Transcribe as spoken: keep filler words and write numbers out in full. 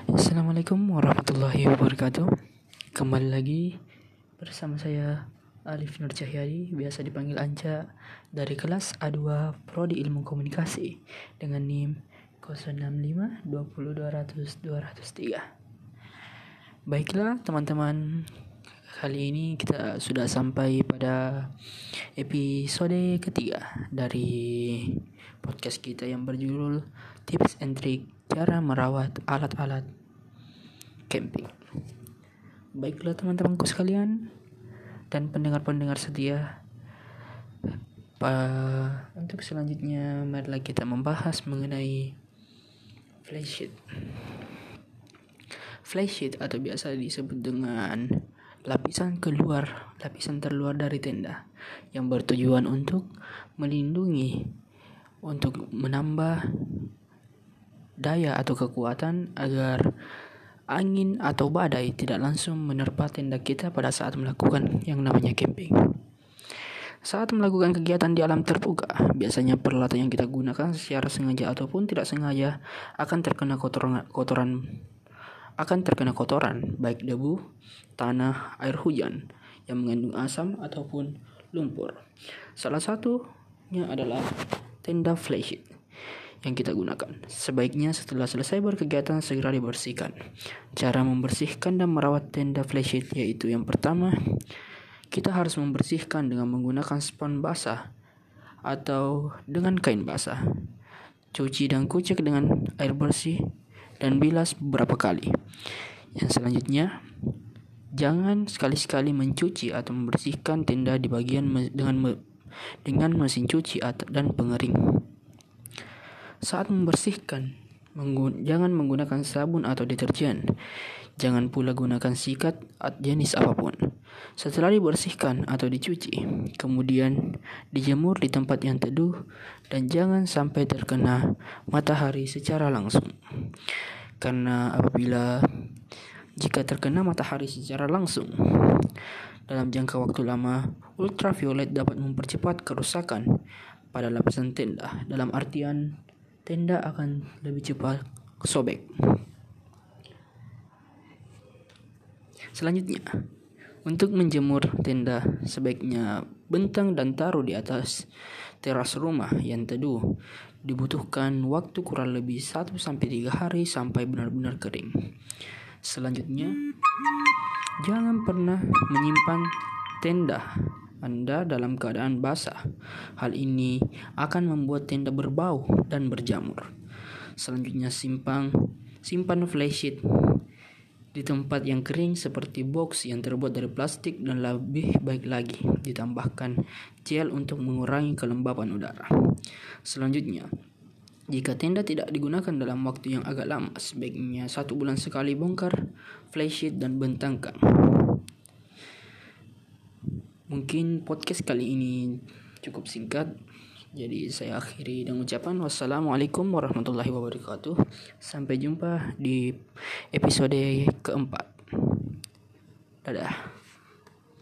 Assalamualaikum warahmatullahi wabarakatuh. Kembali lagi bersama saya Alif Nur Cahyadi, biasa dipanggil Anca, dari kelas A dua Prodi Ilmu Komunikasi dengan N I M nol enam lima dua nol dua nol nol dua nol tiga. Baiklah teman-teman, kali ini kita sudah sampai pada episode ketiga dari podcast kita yang berjudul Tips and Trick Cara Merawat Alat-alat Camping. Baiklah teman-temanku sekalian dan pendengar-pendengar setia, pa- untuk selanjutnya marilah kita membahas mengenai fly sheet. Fly sheet atau biasa disebut dengan lapisan keluar, lapisan terluar dari tenda yang bertujuan untuk melindungi, untuk menambah daya atau kekuatan agar angin atau badai tidak langsung menerpa tenda kita pada saat melakukan yang namanya camping. Saat melakukan kegiatan di alam terbuka, biasanya peralatan yang kita gunakan secara sengaja ataupun tidak sengaja akan terkena kotoran, kotoran akan terkena kotoran, baik debu, tanah, air hujan yang mengandung asam ataupun lumpur. Salah satunya adalah tenda fly sheet yang kita gunakan. Sebaiknya setelah selesai berkegiatan segera dibersihkan. Cara membersihkan dan merawat tenda fly sheet yaitu yang pertama, kita harus membersihkan dengan menggunakan spons basah atau dengan kain basah. Cuci dan kucek dengan air bersih dan bilas beberapa kali. Yang selanjutnya, jangan sekali-sekali mencuci atau membersihkan tenda di bagian me- dengan me- dengan mesin cuci atau dan pengering. Saat membersihkan, menggun- jangan menggunakan sabun atau deterjen. Jangan pula gunakan sikat atau jenis apapun. Setelah dibersihkan atau dicuci, kemudian dijemur di tempat yang teduh dan jangan sampai terkena matahari secara langsung. Karena apabila jika terkena matahari secara langsung dalam jangka waktu lama, ultraviolet dapat mempercepat kerusakan pada lapisan tenda. Dalam artian tenda akan lebih cepat sobek. Selanjutnya, untuk menjemur tenda, sebaiknya bentang dan taruh di atas teras rumah yang teduh. Dibutuhkan waktu kurang lebih satu sampai tiga hari sampai benar-benar kering. Selanjutnya, jangan pernah menyimpan tenda Anda dalam keadaan basah. Hal ini akan membuat tenda berbau dan berjamur. Selanjutnya, simpan simpan fly sheet di tempat yang kering seperti box yang terbuat dari plastik, dan lebih baik lagi ditambahkan gel untuk mengurangi kelembapan udara. Selanjutnya, jika tenda tidak digunakan dalam waktu yang agak lama, sebaiknya satu bulan sekali bongkar fly sheet dan bentangkan. Mungkin podcast kali ini cukup singkat, jadi saya akhiri dengan ucapan wassalamualaikum warahmatullahi wabarakatuh. Sampai jumpa di episode keempat. Dadah.